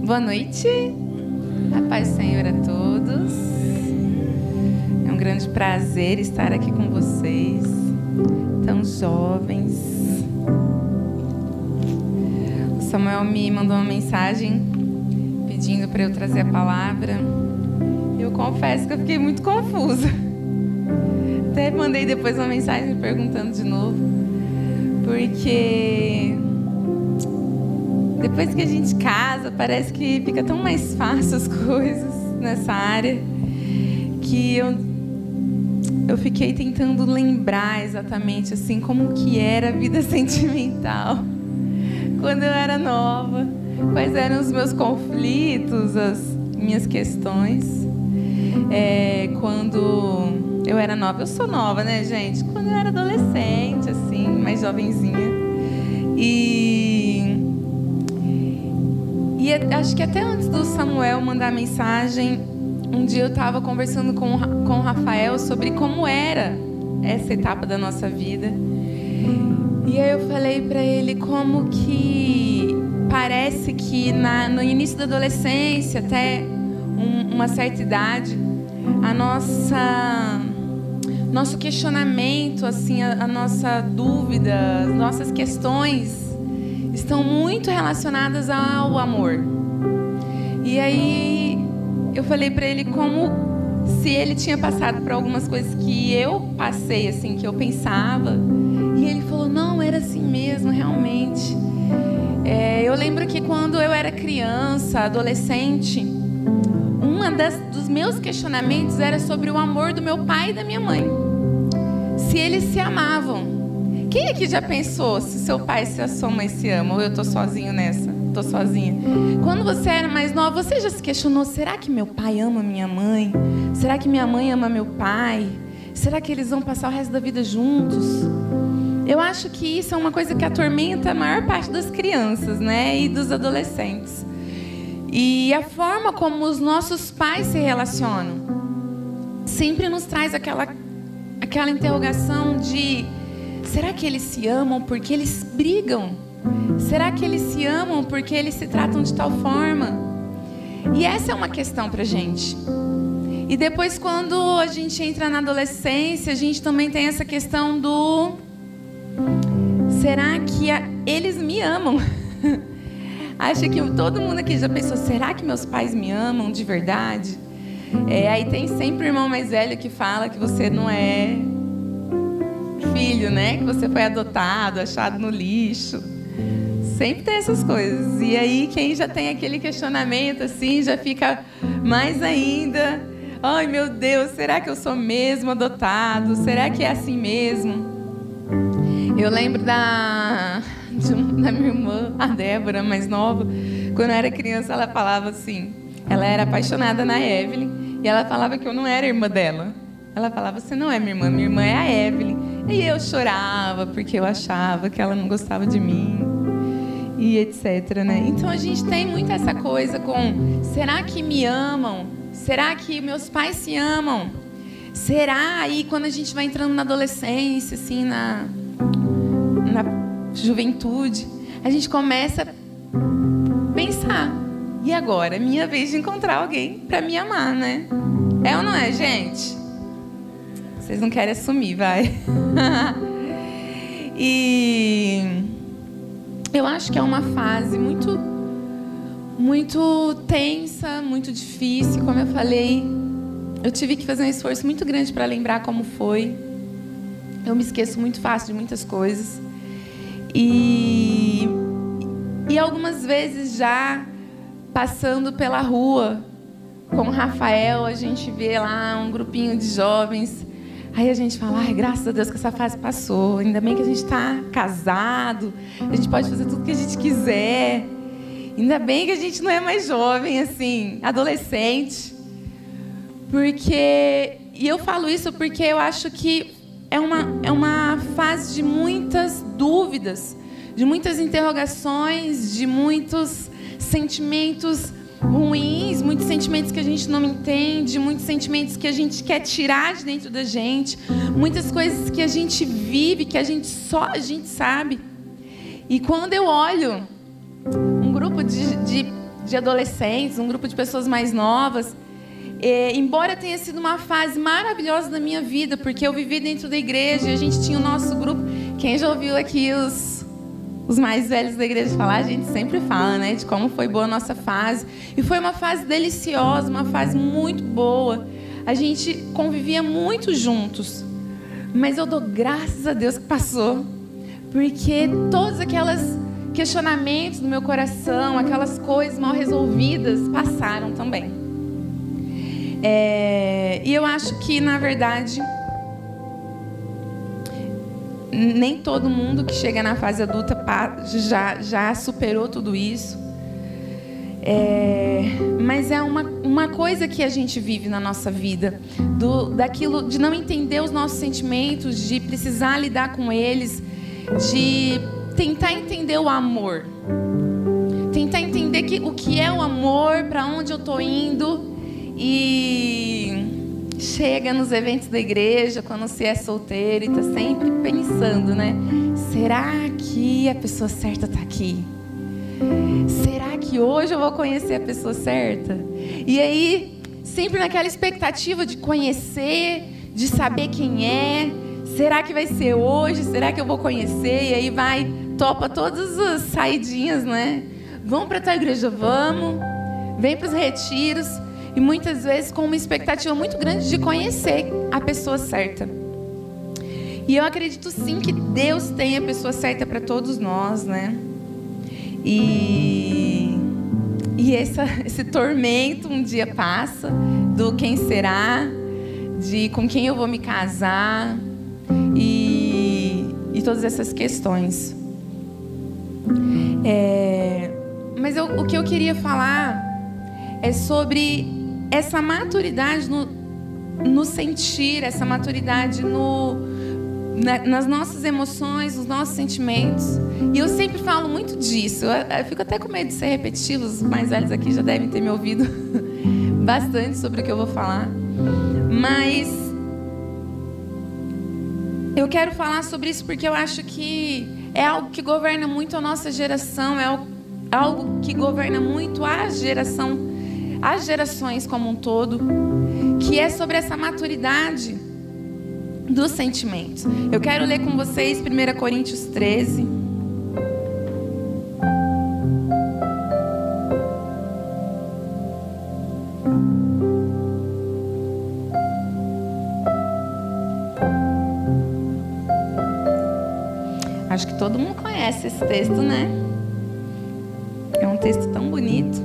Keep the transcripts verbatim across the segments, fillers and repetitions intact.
Boa noite, a paz do Senhor a todos. É um grande prazer estar aqui com vocês, tão jovens. O Samuel me mandou uma mensagem pedindo para eu trazer a palavra. Eu confesso que eu fiquei muito confusa. Até mandei depois uma mensagem perguntando de novo, porque depois que a gente casa, parece que fica tão mais fácil as coisas nessa área, que eu, eu fiquei tentando lembrar exatamente assim como que era a vida sentimental quando eu era nova, quais eram os meus conflitos, as minhas questões. É, quando eu era nova, eu sou nova, né, gente? Quando eu era adolescente, assim, mais jovenzinha. E, e acho que até antes do Samuel mandar mensagem, um dia eu estava conversando com, com o Rafael sobre como era essa etapa da nossa vida. E aí eu falei para ele como que parece que na, no início da adolescência, até um, uma certa idade, a nossa... nosso questionamento, assim, a, a nossa dúvida, as nossas questões estão muito relacionadas ao amor. E aí eu falei para ele como se ele tinha passado por algumas coisas que eu passei, assim, que eu pensava. E ele falou, não, era assim mesmo, realmente. É, eu lembro que quando eu era criança, adolescente, uma das, dos meus questionamentos era sobre o amor do meu pai e da minha mãe. Se eles se amavam. Quem aqui já pensou se seu pai e se a sua mãe se amam? Ou eu tô sozinho nessa? Tô sozinha. Quando você era mais nova, você já se questionou, será que meu pai ama minha mãe? Será que minha mãe ama meu pai? Será que eles vão passar o resto da vida juntos? Eu acho que isso é uma coisa que atormenta a maior parte das crianças, né? E dos adolescentes. E a forma como os nossos pais se relacionam sempre nos traz aquela, aquela interrogação de: será que eles se amam porque eles brigam? Será que eles se amam porque eles se tratam de tal forma? E essa é uma questão pra gente. E depois, quando a gente entra na adolescência, a gente também tem essa questão do: será que a, eles me amam? Acho que todo mundo aqui já pensou, será que meus pais me amam de verdade? É, aí tem sempre o irmão mais velho que fala que você não é filho, né? Que você foi adotado, achado no lixo. Sempre tem essas coisas. E aí quem já tem aquele questionamento assim, já fica mais ainda. Ai, meu Deus, será que eu sou mesmo adotado? Será que é assim mesmo? Eu lembro da... da minha irmã, a Débora, mais nova. Quando eu era criança, ela falava assim, ela era apaixonada na Evelyn, e ela falava que eu não era irmã dela. Ela falava, você não é minha irmã, minha irmã é a Evelyn. E eu chorava porque eu achava que ela não gostava de mim, e etc, né? Então a gente tem muito essa coisa com, será que me amam? Será que meus pais se amam? Será? Aí quando a gente vai entrando na adolescência, assim, na, na juventude, a gente começa a pensar, e agora? É minha vez de encontrar alguém para me amar, né? É ou não é, gente? Vocês não querem assumir, vai. E eu acho que é uma fase muito, muito tensa, muito difícil, como eu falei. Eu tive que fazer um esforço muito grande para lembrar como foi. Eu me esqueço muito fácil de muitas coisas. E, e algumas vezes já passando pela rua com o Rafael, a gente vê lá um grupinho de jovens. Aí a gente fala, ai, graças a Deus que essa fase passou. Ainda bem que a gente está casado, a gente pode fazer tudo que a gente quiser. Ainda bem que a gente não é mais jovem, assim, adolescente. Porque, e eu falo isso porque eu acho que é uma, é uma fase de muitas dúvidas, de muitas interrogações, de muitos sentimentos ruins, muitos sentimentos que a gente não entende, muitos sentimentos que a gente quer tirar de dentro da gente, muitas coisas que a gente vive, que a gente só a gente sabe. E quando eu olho um grupo de, de de adolescentes, um grupo de pessoas mais novas. É, embora tenha sido uma fase maravilhosa da minha vida, porque eu vivi dentro da igreja, e a gente tinha o nosso grupo. Quem já ouviu aqui os, os mais velhos da igreja falar, a gente sempre fala, né, de como foi boa a nossa fase. E foi uma fase deliciosa, uma fase muito boa. A gente convivia muito juntos. Mas eu dou graças a Deus que passou, porque todos aqueles questionamentos no meu coração, aquelas coisas mal resolvidas, passaram também. É, e eu acho que, na verdade, nem todo mundo que chega na fase adulta já, já superou tudo isso. É, mas é uma, uma coisa que a gente vive na nossa vida, do, daquilo de não entender os nossos sentimentos, de precisar lidar com eles, de tentar entender o amor, tentar entender que, o que é o amor, para onde eu estou indo. E chega nos eventos da igreja, quando você é solteiro e está sempre pensando, né? Será que a pessoa certa está aqui? Será que hoje eu vou conhecer a pessoa certa? E aí, sempre naquela expectativa de conhecer, de saber quem é. Será que vai ser hoje? Será que eu vou conhecer? E aí vai, topa todas as saidinhas, né? Vamos para a tua igreja, vamos. Vem para os retiros. E muitas vezes com uma expectativa muito grande de conhecer a pessoa certa. E eu acredito sim que Deus tem a pessoa certa para todos nós, né? E, e essa, esse tormento um dia passa, do quem será, de com quem eu vou me casar, e, e todas essas questões. É, mas eu, o que eu queria falar é sobre essa maturidade no, no sentir, essa maturidade no, na, nas nossas emoções, nos nossos sentimentos. E eu sempre falo muito disso. Eu, eu fico até com medo de ser repetitivo. Os mais velhos aqui já devem ter me ouvido bastante sobre o que eu vou falar. Mas eu quero falar sobre isso porque eu acho que é algo que governa muito a nossa geração, é algo que governa muito a geração as gerações como um todo, que é sobre essa maturidade dos sentimentos. Eu quero ler com vocês primeira Coríntios treze. Acho que todo mundo conhece esse texto, né? É um texto tão bonito.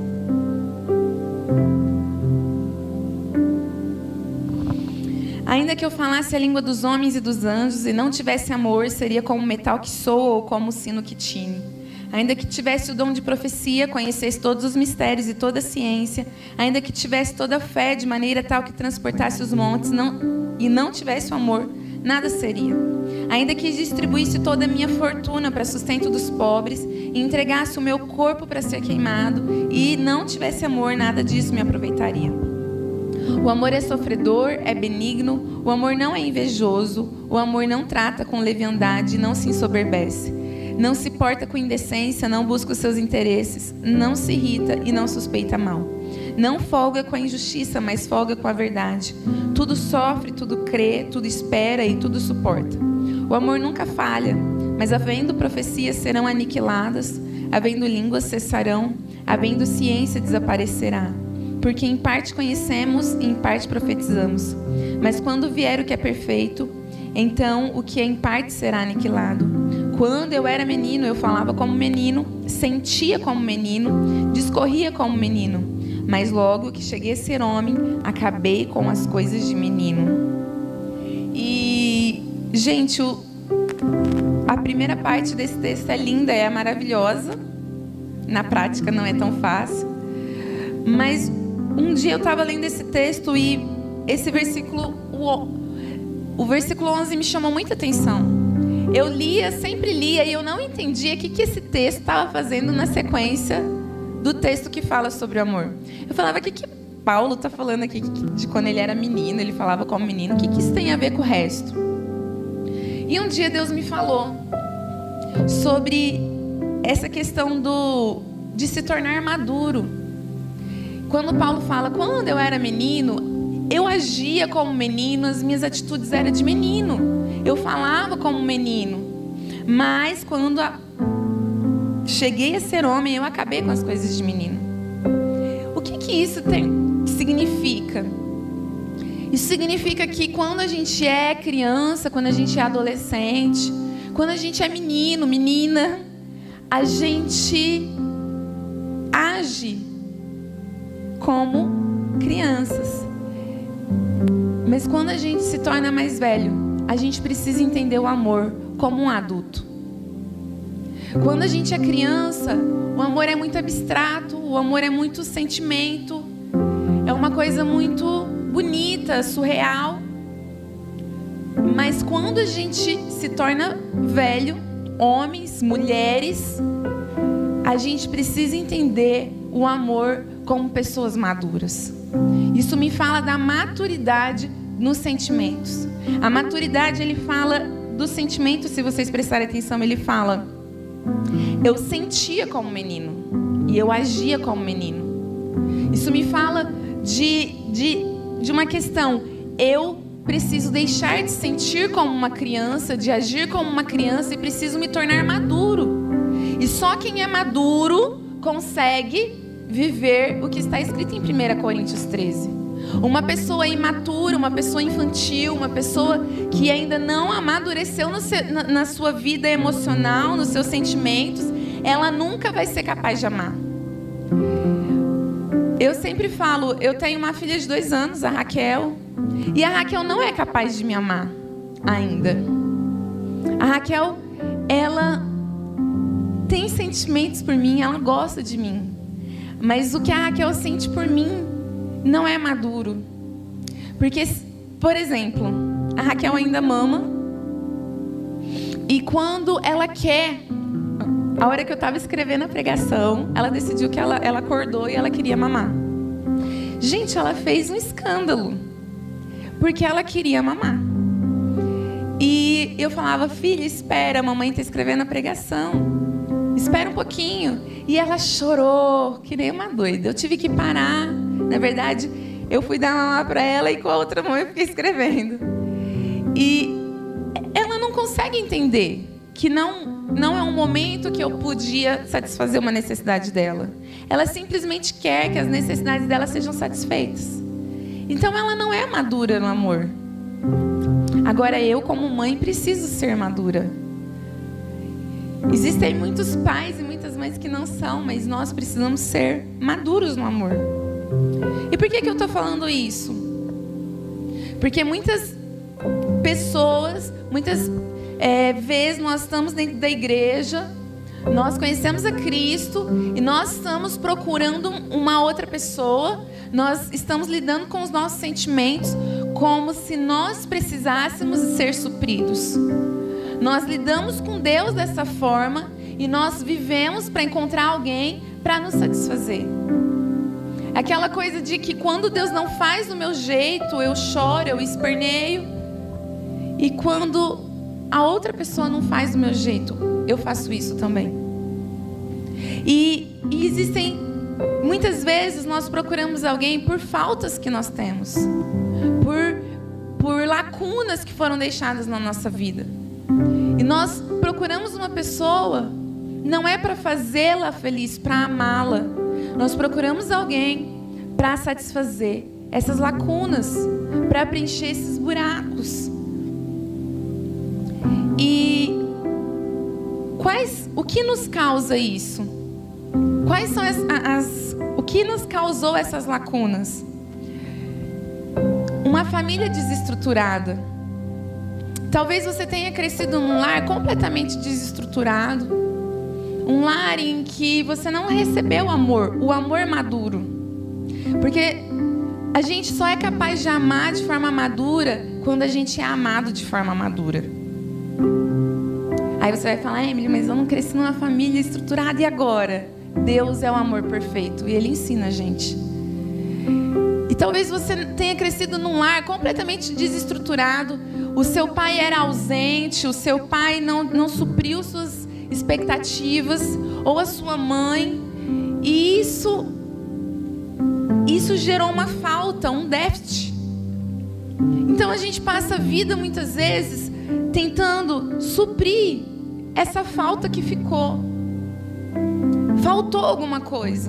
Ainda que eu falasse a língua dos homens e dos anjos e não tivesse amor, seria como o metal que soa ou como o sino que tine. Ainda que tivesse o dom de profecia, conhecesse todos os mistérios e toda a ciência, ainda que tivesse toda a fé de maneira tal que transportasse os montes não, e não tivesse o amor, nada seria. Ainda que distribuísse toda a minha fortuna para sustento dos pobres e entregasse o meu corpo para ser queimado e não tivesse amor, nada disso me aproveitaria. O amor é sofredor, é benigno, o amor não é invejoso, o amor não trata com leviandade, não se ensoberbece, não se porta com indecência, não busca os seus interesses, não se irrita e não suspeita mal. Não folga com a injustiça, mas folga com a verdade. Tudo sofre, tudo crê, tudo espera e tudo suporta. O amor nunca falha, mas havendo profecias serão aniquiladas, havendo línguas cessarão, havendo ciência desaparecerá. Porque em parte conhecemos e em parte profetizamos. Mas quando vier o que é perfeito, então o que é em parte será aniquilado. Quando eu era menino, eu falava como menino, sentia como menino, discorria como menino. Mas logo que cheguei a ser homem, acabei com as coisas de menino. E, gente, o, a primeira parte desse texto é linda, é maravilhosa. Na prática não é tão fácil. Mas um dia eu estava lendo esse texto e esse versículo, o, o versículo onze me chamou muita atenção. Eu lia, sempre lia, e eu não entendia o que, que esse texto estava fazendo na sequência do texto que fala sobre o amor. Eu falava, o que, que Paulo está falando aqui de quando ele era menino, ele falava como menino, o que, que isso tem a ver com o resto? E um dia Deus me falou sobre essa questão do, de se tornar maduro. quando Paulo fala, quando eu era menino, eu agia como menino, as minhas atitudes eram de menino. Eu falava como menino. Mas quando a... cheguei a ser homem, eu acabei com as coisas de menino. O que que isso tem... significa? Isso significa que quando a gente é criança, quando a gente é adolescente, quando a gente é menino, menina, a gente age como crianças. Mas quando a gente se torna mais velho, a gente precisa entender o amor como um adulto. Quando a gente é criança, o amor é muito abstrato, o amor é muito sentimento, é uma coisa muito bonita, surreal. Mas quando a gente se torna velho, homens, mulheres, a gente precisa entender o amor como pessoas maduras. Isso me fala da maturidade nos sentimentos. A maturidade, ele fala do sentimento, se vocês prestarem atenção, ele fala: eu sentia como menino e eu agia como menino. Isso me fala de, de, de uma questão. Eu preciso deixar de sentir como uma criança, de agir como uma criança, e preciso me tornar maduro. E só quem é maduro consegue viver o que está escrito em primeira Coríntios treze. Uma pessoa imatura, uma pessoa infantil, uma pessoa que ainda não amadureceu no seu, na, na sua vida emocional, nos seus sentimentos, ela nunca vai ser capaz de amar. Eu sempre falo, eu tenho uma filha de dois anos, a Raquel, e a Raquel não é capaz de me amar ainda. A Raquel, ela tem sentimentos por mim, ela gosta de mim. Mas o que a Raquel sente por mim não é maduro. Porque, por exemplo, a Raquel ainda mama. E quando ela quer... A hora que eu estava escrevendo a pregação, ela decidiu que ela, ela acordou e ela queria mamar. Gente, ela fez um escândalo. Porque ela queria mamar. E eu falava, filha, espera, a mamãe está escrevendo a pregação. Espera um pouquinho. E ela chorou, que nem uma doida. Eu tive que parar. Na verdade, eu fui dar mamar para ela e com a outra mão eu fiquei escrevendo. E ela não consegue entender que não, não é um momento que eu podia satisfazer uma necessidade dela. Ela simplesmente quer que as necessidades dela sejam satisfeitas. Então ela não é madura no amor. Agora eu, como mãe, preciso ser madura. Existem muitos pais e muitas mães que não são, mas nós precisamos ser maduros no amor. E por que que eu estou falando isso? Porque muitas pessoas, muitas é, vezes nós estamos dentro da igreja, nós conhecemos a Cristo e nós estamos procurando uma outra pessoa, nós estamos lidando com os nossos sentimentos como se nós precisássemos ser supridos. Nós lidamos com Deus dessa forma e nós vivemos para encontrar alguém para nos satisfazer. Aquela coisa de que quando Deus não faz do meu jeito, eu choro, eu esperneio. E quando a outra pessoa não faz do meu jeito, eu faço isso também. E, e existem, muitas vezes nós procuramos alguém por faltas que nós temos. Por, por lacunas que foram deixadas na nossa vida. E nós procuramos uma pessoa, não é para fazê-la feliz, para amá-la. Nós procuramos alguém para satisfazer essas lacunas, para preencher esses buracos. E quais, o que nos causa isso? Quais são as, as, o que nos causou essas lacunas? Uma família desestruturada. Talvez você tenha crescido num lar completamente desestruturado. Um lar em que você não recebeu amor, o amor maduro. Porque a gente só é capaz de amar de forma madura quando a gente é amado de forma madura. Aí você vai falar, Emily, mas eu não cresci numa família estruturada, e agora? Deus é o amor perfeito e Ele ensina a gente. E talvez você tenha crescido num lar completamente desestruturado. O seu pai era ausente, o seu pai não, não supriu suas expectativas, ou a sua mãe. E isso, isso gerou uma falta, um déficit. Então a gente passa a vida muitas vezes tentando suprir essa falta que ficou. Faltou alguma coisa.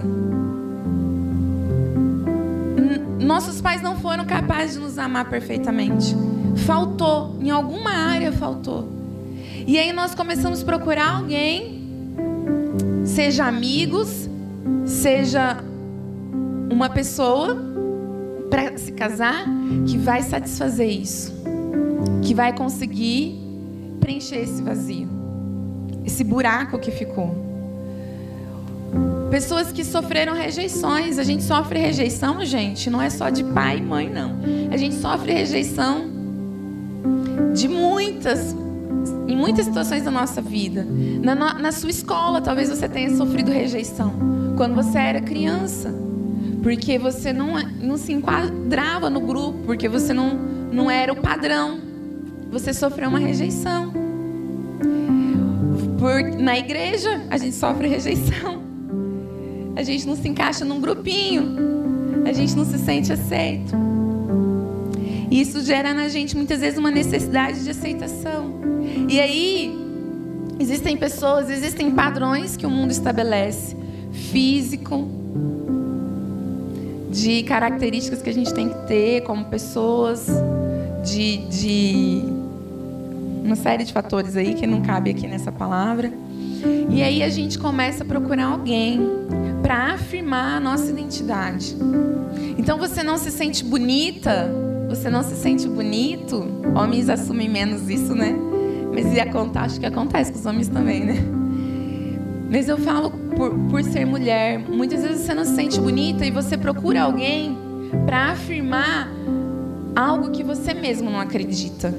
Nossos pais não foram capazes de nos amar perfeitamente. Faltou, em alguma área faltou. E aí nós começamos a procurar alguém, seja amigos, seja uma pessoa para se casar, que vai satisfazer isso, que vai conseguir preencher esse vazio, esse buraco que ficou. Pessoas que sofreram rejeições. A gente sofre rejeição, gente, não é só de pai e mãe, não. A gente sofre rejeição de muitas, em muitas situações da nossa vida. Na, na sua escola, talvez você tenha sofrido rejeição quando você era criança, porque você não, não se enquadrava no grupo, porque você não, não era o padrão. Você sofreu uma rejeição. Por, na igreja, a gente sofre rejeição. A gente não se encaixa num grupinho. A gente não se sente aceito. E isso gera na gente muitas vezes uma necessidade de aceitação. E aí, existem pessoas, existem padrões que o mundo estabelece. Físico, de características que a gente tem que ter como pessoas, de, de uma série de fatores aí que não cabe aqui nessa palavra. E aí a gente começa a procurar alguém para afirmar a nossa identidade. Então você não se sente bonita, você não se sente bonito. Homens assumem menos isso, né? Mas ia contar, acho que acontece com os homens também, né? Mas eu falo por, por ser mulher, muitas vezes você não se sente bonita e você procura alguém para afirmar algo que você mesmo não acredita.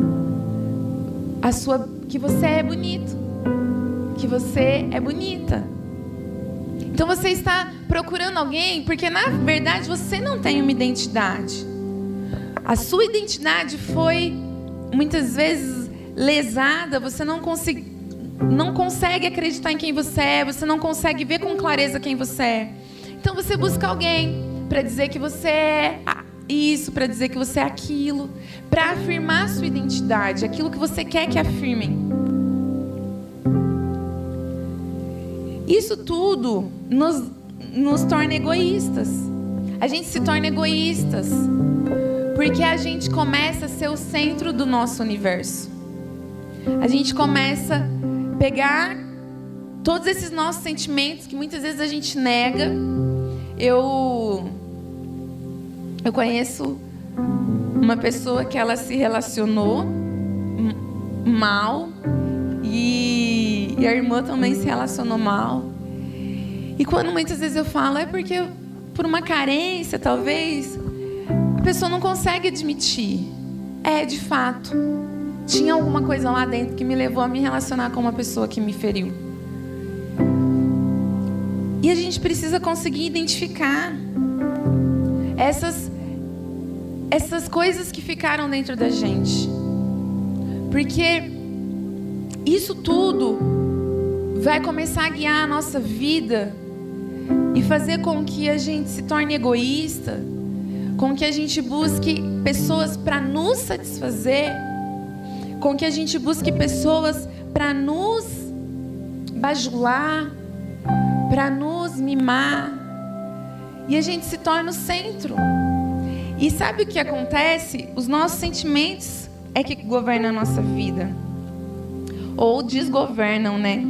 A sua, que você é bonito, que você é bonita. Então você está procurando alguém porque na verdade você não tem uma identidade. A sua identidade foi muitas vezes lesada, você não consegue, não consegue acreditar em quem você é, você não consegue ver com clareza quem você é. Então você busca alguém para dizer que você é isso, para dizer que você é aquilo, para afirmar a sua identidade, aquilo que você quer que afirmem. Isso tudo nos, nos torna egoístas. A gente se torna egoístas porque a gente começa a ser o centro do nosso universo. A gente começa a pegar todos esses nossos sentimentos que muitas vezes a gente nega. Eu, eu conheço uma pessoa que ela se relacionou mal e, e a irmã também se relacionou mal. E quando muitas vezes eu falo, é porque por uma carência, talvez, a pessoa não consegue admitir. É, de fato, tinha alguma coisa lá dentro que me levou a me relacionar com uma pessoa que me feriu. E a gente precisa conseguir identificar essas, essas coisas que ficaram dentro da gente. Porque isso tudo vai começar a guiar a nossa vida e fazer com que a gente se torne egoísta, com que a gente busque pessoas para nos satisfazer, com que a gente busque pessoas para nos bajular, para nos mimar, e a gente se torna o centro. E sabe o que acontece? Os nossos sentimentos é que governam a nossa vida, ou desgovernam, né?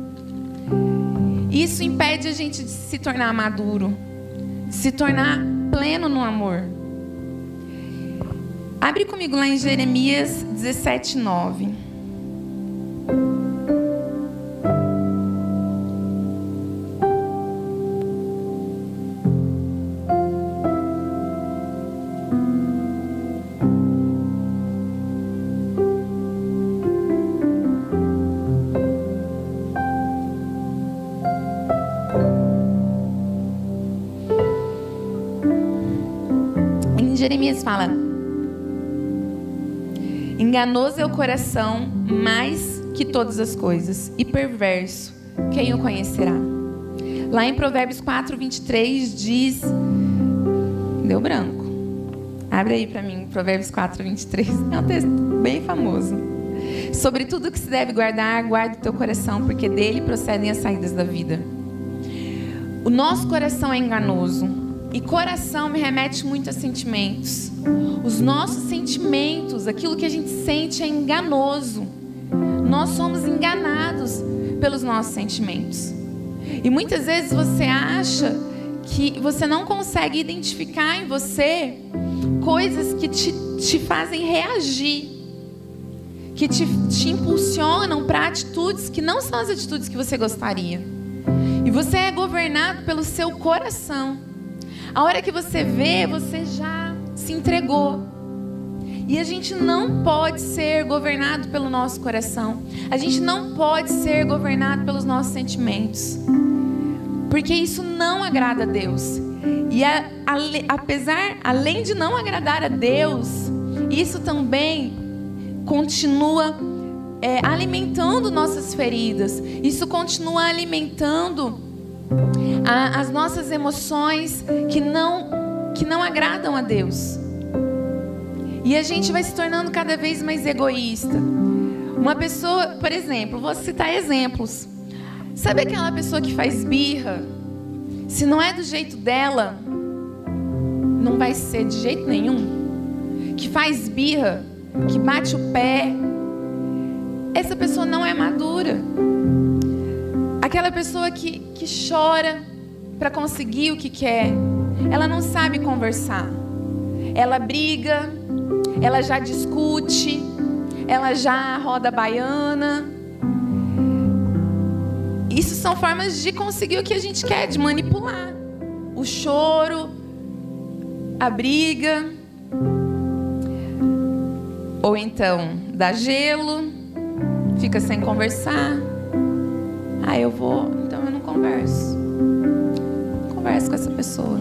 Isso impede a gente de se tornar maduro, de se tornar pleno no amor. Abre comigo lá em Jeremias dezessete, nove. Jeremias fala: enganoso é o coração mais que todas as coisas, e perverso, quem o conhecerá? Lá em Provérbios quatro, vinte e três diz Deu branco. Abre aí para mim, Provérbios quatro, vinte e três. É um texto bem famoso. Sobre tudo que se deve guardar, guarde o teu coração, porque dele procedem as saídas da vida. O nosso coração é enganoso. E coração me remete muito a sentimentos. Os nossos sentimentos, aquilo que a gente sente é enganoso. Nós somos enganados pelos nossos sentimentos. E muitas vezes você acha que você não consegue identificar em você coisas que te, te fazem reagir, que te, te impulsionam para atitudes que não são as atitudes que você gostaria. E você é governado pelo seu coração. A hora que você vê, você já se entregou. E a gente não pode ser governado pelo nosso coração. A gente não pode ser governado pelos nossos sentimentos. Porque isso não agrada a Deus. E a, a, apesar, além de não agradar a Deus, isso também continua é, alimentando nossas feridas. Isso continua alimentando a, as nossas emoções que não, que não agradam a Deus. E a gente vai se tornando cada vez mais egoísta. Uma pessoa, por exemplo, vou citar exemplos. Sabe aquela pessoa que faz birra? Se não é do jeito dela, não vai ser de jeito nenhum. Que faz birra, que bate o pé. Essa pessoa não é madura. Aquela pessoa que, que chora para conseguir o que quer. Ela não sabe conversar. Ela briga, ela já discute, ela já roda baiana. Isso são formas de conseguir o que a gente quer, de manipular. O choro, a briga. Ou então, dá gelo, fica sem conversar. Ah, eu vou, então eu não converso. Não converso com essa pessoa.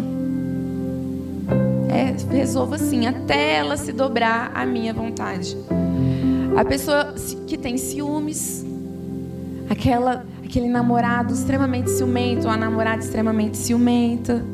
É, resolvo assim, até ela se dobrar à minha vontade. A pessoa que tem ciúmes, aquela, aquele namorado extremamente ciumento, ou a namorada extremamente ciumenta.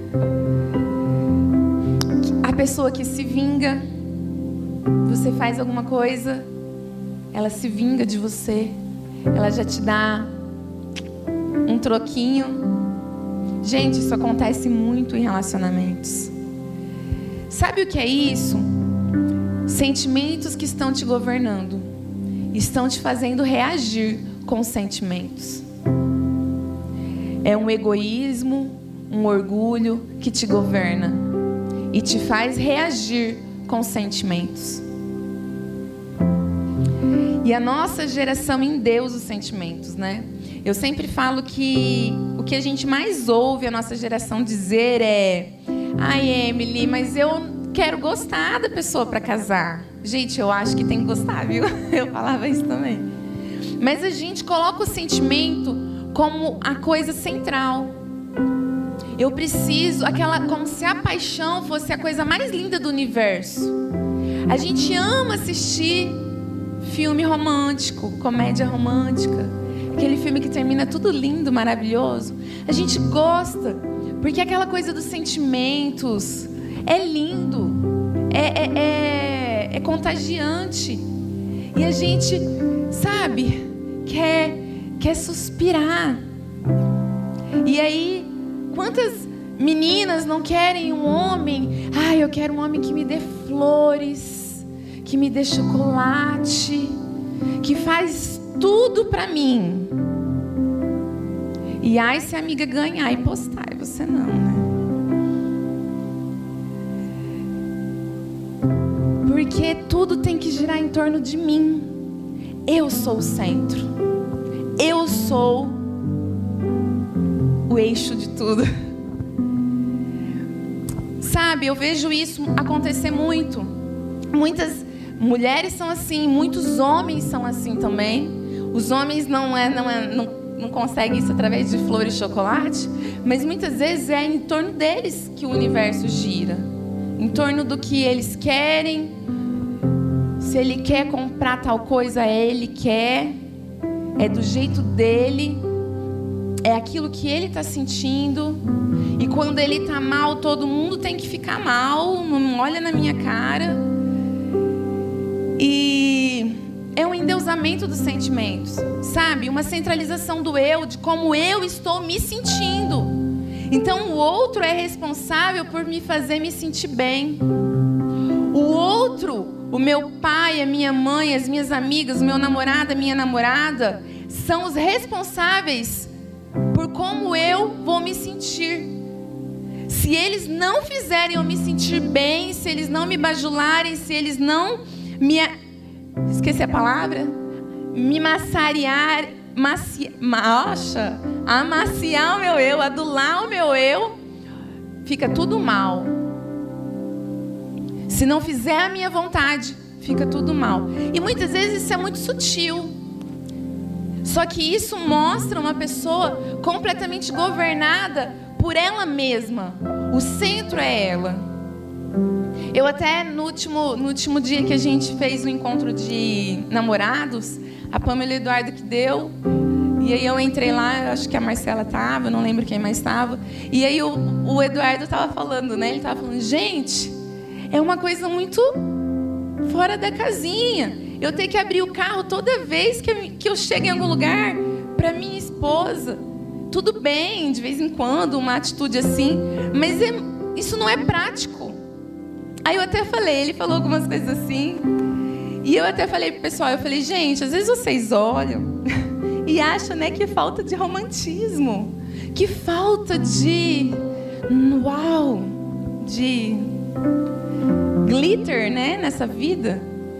A pessoa que se vinga, você faz alguma coisa, ela se vinga de você, ela já te dá um troquinho. Gente, isso acontece muito em relacionamentos. Sabe o que é isso? Sentimentos que estão te governando, estão te fazendo reagir com sentimentos. É um egoísmo, um orgulho que te governa e te faz reagir com sentimentos. E a nossa geração endeus os sentimentos, né? Eu sempre falo que o que a gente mais ouve a nossa geração dizer é: ai, Emily, mas eu quero gostar da pessoa para casar. Gente, eu acho que tem que gostar, viu? Eu falava isso também. Mas a gente coloca o sentimento como a coisa central. Eu preciso, aquela, como se a paixão fosse a coisa mais linda do universo. A gente ama assistir filme romântico, comédia romântica, aquele filme que termina tudo lindo, maravilhoso. A gente gosta, porque aquela coisa dos sentimentos é lindo, é, é, é, é contagiante. E a gente, sabe, quer, quer suspirar. E aí, quantas meninas não querem um homem? Ai, eu quero um homem que me dê flores, que me dê chocolate, que faz tudo pra mim. E ai, se a amiga ganhar e postar, e você não, né? Porque tudo tem que girar em torno de mim. Eu sou o centro. Eu sou o eixo de tudo. Sabe, eu vejo isso acontecer muito. Muitas mulheres são assim, muitos homens são assim também. Os homens não é, não é, não, não conseguem isso através de flores e chocolate, mas muitas vezes é em torno deles que o universo gira, em torno do que eles querem. Se ele quer comprar tal coisa, ele quer, é do jeito dele. é aquilo que ele está sentindo. E quando ele está mal, todo mundo tem que ficar mal. Não olha na minha cara. E é um endeusamento dos sentimentos, sabe? Uma centralização do eu, de como eu estou me sentindo. Então o outro é responsável por me fazer me sentir bem. O outro, o meu pai, a minha mãe, as minhas amigas, o meu namorado, a minha namorada, são os responsáveis por como eu vou me sentir. Se eles não fizerem eu me sentir bem, se eles não me bajularem, se eles não me... Esqueci a palavra? Me massariar... Macia, macha, amaciar o meu eu, adular o meu eu, fica tudo mal. Se não fizer a minha vontade, fica tudo mal. E muitas vezes isso é muito sutil. Só que isso mostra uma pessoa completamente governada por ela mesma. O centro é ela. Eu até no último, no último dia que a gente fez o encontro de namorados, a Pamela e o Eduardo que deu, e aí eu entrei lá, acho que a Marcela estava, não lembro quem mais estava, e aí o, o Eduardo estava falando, né? Ele estava falando, gente, é uma coisa muito fora da casinha. Eu tenho que abrir o carro toda vez que eu, que eu chego em algum lugar para minha esposa. Tudo bem, de vez em quando, uma atitude assim, mas é, isso não é prático. Aí eu até falei, ele falou algumas coisas assim, e eu até falei pro pessoal, eu falei, gente, às vezes vocês olham e acham, né, que falta de romantismo, que falta de, uau, de glitter, né, nessa vida.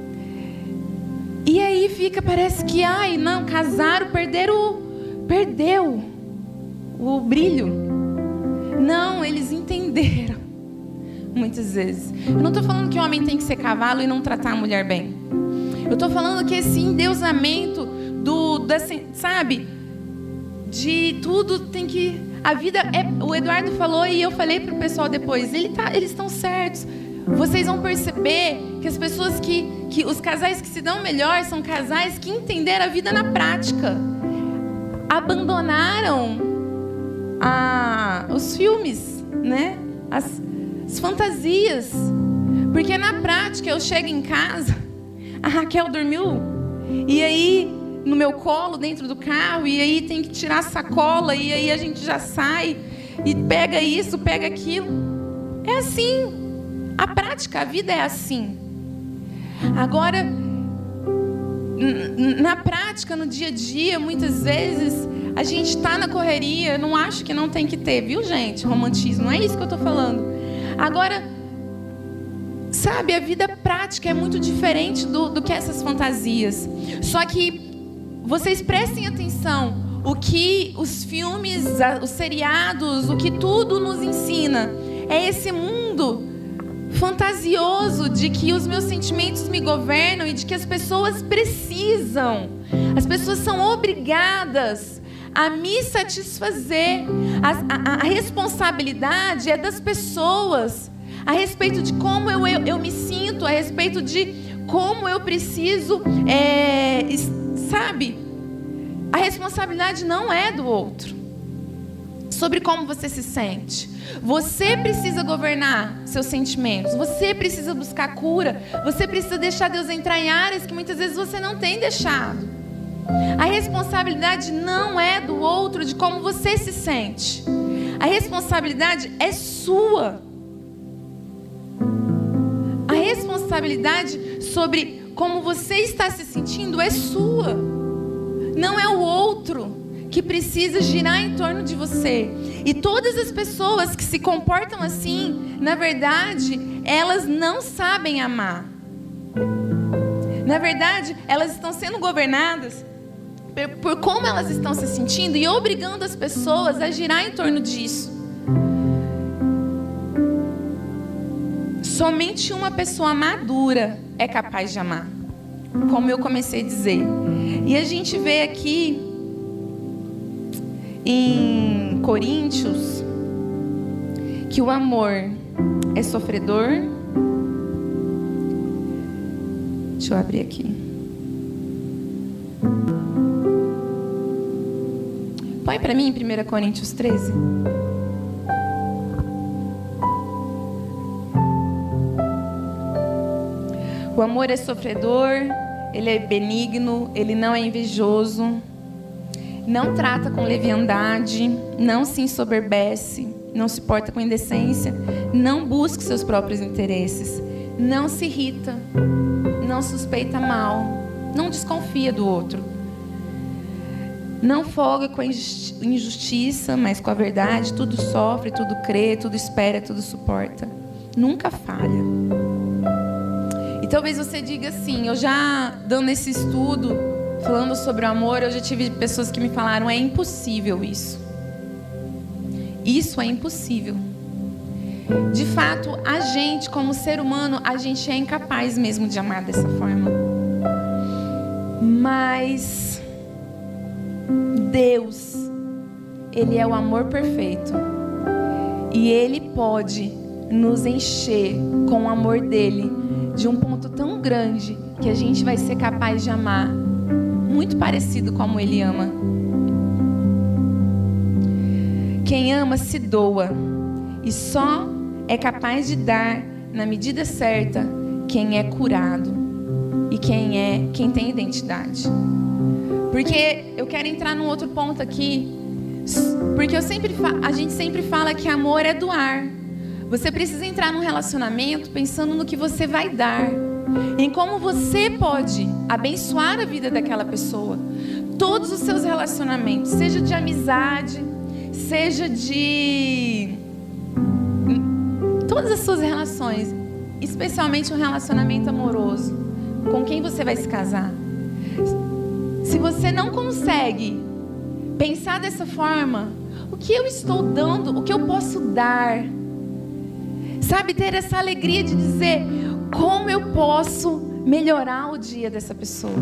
E aí fica, parece que, ai, não, casaram, perderam, perdeu o brilho. Não, eles entenderam, muitas vezes. Eu não estou falando que o homem tem que ser cavalo e não tratar a mulher bem. Eu estou falando que esse endeusamento do, da, sabe, de tudo tem que... A vida é... O Eduardo falou e eu falei para o pessoal depois, ele tá, eles estão certos. Vocês vão perceber que as pessoas que, que... Os casais que se dão melhor são casais que entenderam a vida na prática. Abandonaram a, os filmes, né? As, as fantasias. Porque na prática eu chego em casa, a Raquel dormiu, e aí no meu colo, dentro do carro, e aí tem que tirar a sacola, e aí a gente já sai, e pega isso, pega aquilo. É assim. A prática, a vida é assim. Agora, na prática, no dia a dia, muitas vezes, a gente está na correria, não acho que não tem que ter, viu, gente? Romantismo, não é isso que eu estou falando. Agora, sabe, a vida prática é muito diferente do, do que essas fantasias. Só que vocês prestem atenção, o que os filmes, os seriados, o que tudo nos ensina é esse mundo fantasioso de que os meus sentimentos me governam e de que as pessoas precisam, as pessoas são obrigadas a me satisfazer. A, a, a responsabilidade é das pessoas a respeito de como eu, eu, eu me sinto, a respeito de como eu preciso, é, sabe? A responsabilidade não é do outro sobre como você se sente. Você precisa governar seus sentimentos. Você precisa buscar cura. Você precisa deixar Deus entrar em áreas que muitas vezes você não tem deixado. A responsabilidade não é do outro de como você se sente. A responsabilidade é sua. A responsabilidade sobre como você está se sentindo é sua. Não é o outro que precisa girar em torno de você. E todas as pessoas que se comportam assim, na verdade, elas não sabem amar. Na verdade, elas estão sendo governadas por como elas estão se sentindo e obrigando as pessoas a girar em torno disso. Somente uma pessoa madura é capaz de amar, como eu comecei a dizer. E a gente vê aqui em Coríntios que o amor é sofredor. Deixa eu abrir aqui. Põe para mim em primeira Coríntios treze. O amor é sofredor, ele é benigno, ele não é invejoso, não trata com leviandade, não se ensoberbece, não se porta com indecência, não busca seus próprios interesses, não se irrita, não suspeita mal, não desconfia do outro, não folga com a injustiça, mas com a verdade, tudo sofre, tudo crê, tudo espera, tudo suporta, nunca falha. E talvez você diga assim, eu já dando esse estudo, falando sobre o amor, eu já tive pessoas que me falaram, é impossível isso. Isso é impossível. De fato, a gente, como ser humano, a gente é incapaz mesmo de amar dessa forma. Mas Deus, Ele é o amor perfeito. E Ele pode nos encher com o amor dEle de um ponto tão grande que a gente vai ser capaz de amar muito parecido como Ele ama. Quem ama se doa e só é capaz de dar na medida certa quem é curado e quem é quem tem identidade. Porque eu quero entrar num outro ponto aqui, porque eu sempre a gente sempre fala que amor é doar. Você precisa entrar num relacionamento pensando no que você vai dar, em como você pode abençoar a vida daquela pessoa. Todos os seus relacionamentos, seja de amizade, seja de... todas as suas relações, especialmente um relacionamento amoroso, com quem você vai se casar. Se você não consegue pensar dessa forma, o que eu estou dando, o que eu posso dar? Sabe, ter essa alegria de dizer como eu posso melhorar o dia dessa pessoa.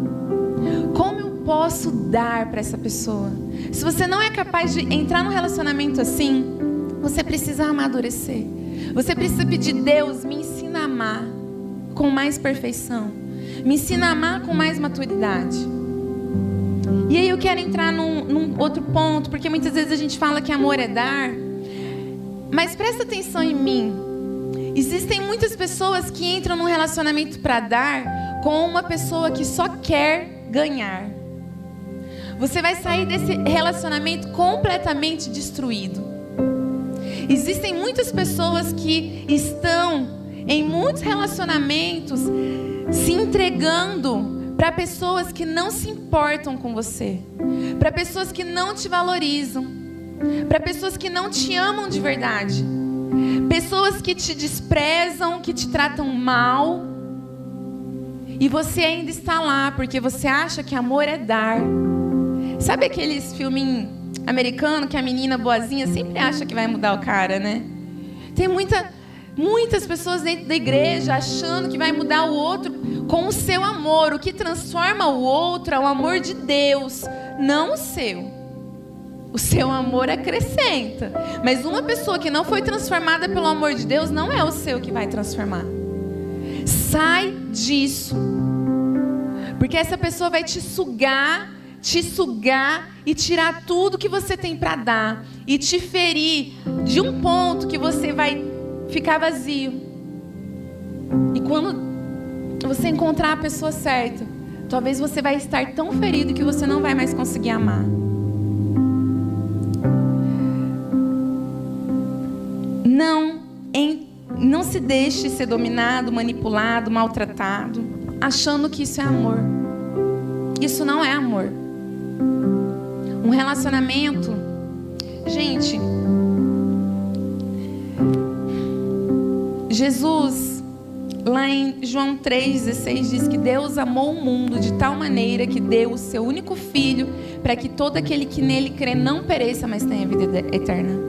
Como eu posso dar para essa pessoa. Se você não é capaz de entrar num relacionamento assim, você precisa amadurecer. Você precisa pedir, Deus, me ensina a amar com mais perfeição. Me ensina a amar com mais maturidade. E aí eu quero entrar num, num outro ponto, porque muitas vezes a gente fala que amor é dar. Mas presta atenção em mim. Existem muitas pessoas que entram num relacionamento para dar com uma pessoa que só quer ganhar. Você vai sair desse relacionamento completamente destruído. Existem muitas pessoas que estão em muitos relacionamentos se entregando para pessoas que não se importam com você, para pessoas que não te valorizam, para pessoas que não te amam de verdade, pessoas que te desprezam, que te tratam mal, e você ainda está lá porque você acha que amor é dar. Sabe aqueles filminhos americanos que a menina boazinha sempre acha que vai mudar o cara, né? Tem muita, muitas pessoas dentro da igreja achando que vai mudar o outro com o seu amor. O que transforma o outro é o amor de Deus, não o seu. O seu amor acrescenta. Mas uma pessoa que não foi transformada pelo amor de Deus, não é o seu que vai transformar. Sai disso. Porque essa pessoa vai te sugar, te sugar e tirar tudo que você tem para dar. E te ferir de um ponto que você vai ficar vazio. E quando você encontrar a pessoa certa, talvez você vai estar tão ferido que você não vai mais conseguir amar. Não, em, não se deixe ser dominado, manipulado, maltratado, achando que isso é amor. Isso não é amor. Um relacionamento, gente, Jesus, lá em João três, dezesseis, diz que Deus amou o mundo de tal maneira que deu o seu único filho para que todo aquele que nele crê não pereça, mas tenha vida eterna.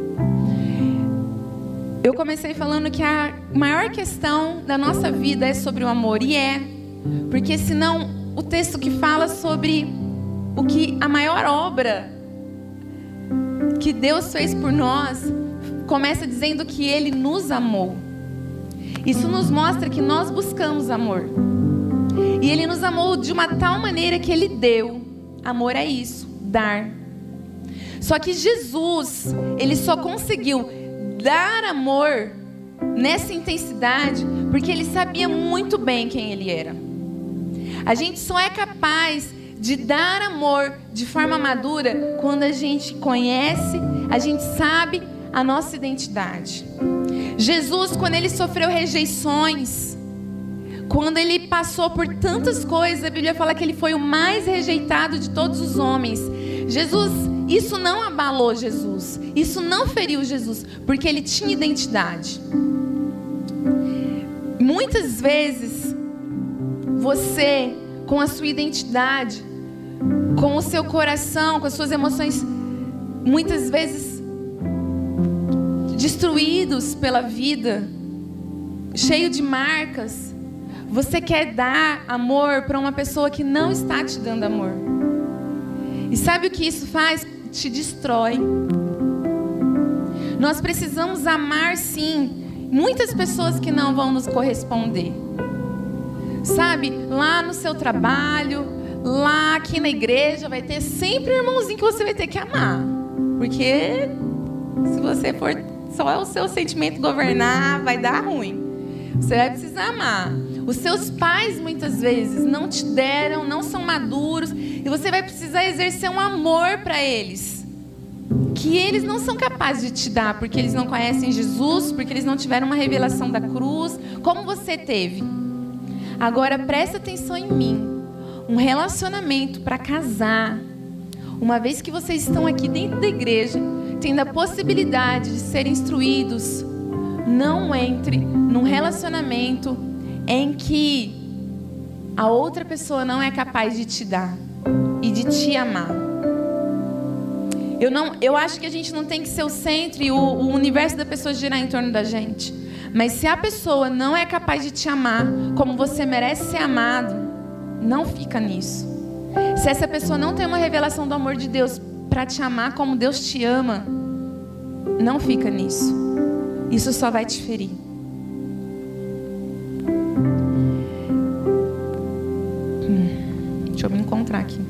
Eu comecei falando que a maior questão da nossa vida é sobre o amor, e é, porque senão o texto que fala sobre o que a maior obra que Deus fez por nós, começa dizendo que Ele nos amou. Isso nos mostra que nós buscamos amor. E Ele nos amou de uma tal maneira que Ele deu. Amor é isso, dar. Só que Jesus, ele só conseguiu dar amor nessa intensidade porque ele sabia muito bem quem ele era. A gente só é capaz de dar amor de forma madura quando a gente conhece, a gente sabe a nossa identidade. Jesus, quando ele sofreu rejeições, quando ele passou por tantas coisas, a Bíblia fala que ele foi o mais rejeitado de todos os homens. Jesus, isso não abalou Jesus, isso não feriu Jesus, porque ele tinha identidade. Muitas vezes, você, com a sua identidade, com o seu coração, com as suas emoções, muitas vezes destruídos pela vida, cheio de marcas, você quer dar amor para uma pessoa que não está te dando amor. E sabe o que isso faz? Te destrói. Nós precisamos amar, sim, muitas pessoas que não vão nos corresponder. Sabe, lá no seu trabalho, lá aqui na igreja, vai ter sempre um irmãozinho que você vai ter que amar. Porque se você for só o seu sentimento governar, vai dar ruim. Você vai precisar amar. Os seus pais muitas vezes não te deram, não são maduros, e você vai precisar exercer um amor para eles, que eles não são capazes de te dar, porque eles não conhecem Jesus, porque eles não tiveram uma revelação da cruz, como você teve. Agora presta atenção em mim. Um relacionamento para casar, uma vez que vocês estão aqui dentro da igreja, tendo a possibilidade de serem instruídos, não entre num relacionamento em que a outra pessoa não é capaz de te dar e de te amar. Eu, não, eu acho que a gente não tem que ser o centro e o, o universo da pessoa girar em torno da gente. Mas se a pessoa não é capaz de te amar como você merece ser amado, não fica nisso. Se essa pessoa não tem uma revelação do amor de Deus para te amar como Deus te ama, não fica nisso. Isso só vai te ferir. Hum, deixa eu me encontrar aqui.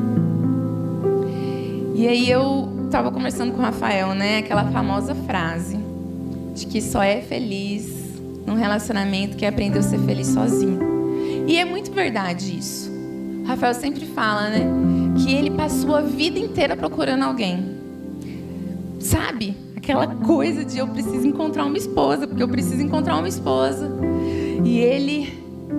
E aí eu estava conversando com o Rafael, né? Aquela famosa frase de que só é feliz num relacionamento que aprendeu a ser feliz sozinho. E é muito verdade isso. O Rafael sempre fala, né? Que ele passou a vida inteira procurando alguém. Sabe? Aquela coisa de eu preciso encontrar uma esposa, porque eu preciso encontrar uma esposa. E ele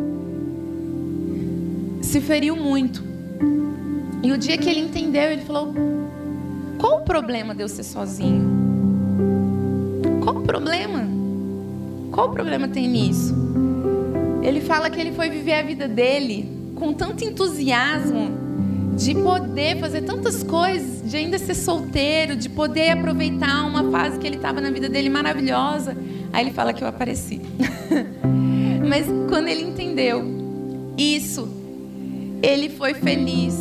se feriu muito. E o dia que ele entendeu, ele falou: qual o problema de eu ser sozinho? Qual o problema? Qual o problema tem nisso? Ele fala que ele foi viver a vida dele com tanto entusiasmo de poder fazer tantas coisas, de ainda ser solteiro, de poder aproveitar uma fase que ele estava na vida dele maravilhosa. Aí ele fala que eu apareci. Mas quando ele entendeu isso, ele foi feliz.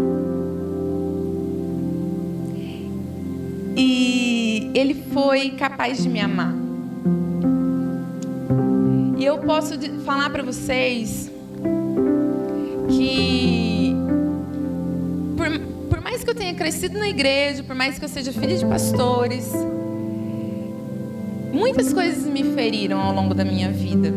E ele foi capaz de me amar. E eu posso falar para vocês que por, por mais que eu tenha crescido na igreja, por mais que eu seja filha de pastores, muitas coisas me feriram ao longo da minha vida.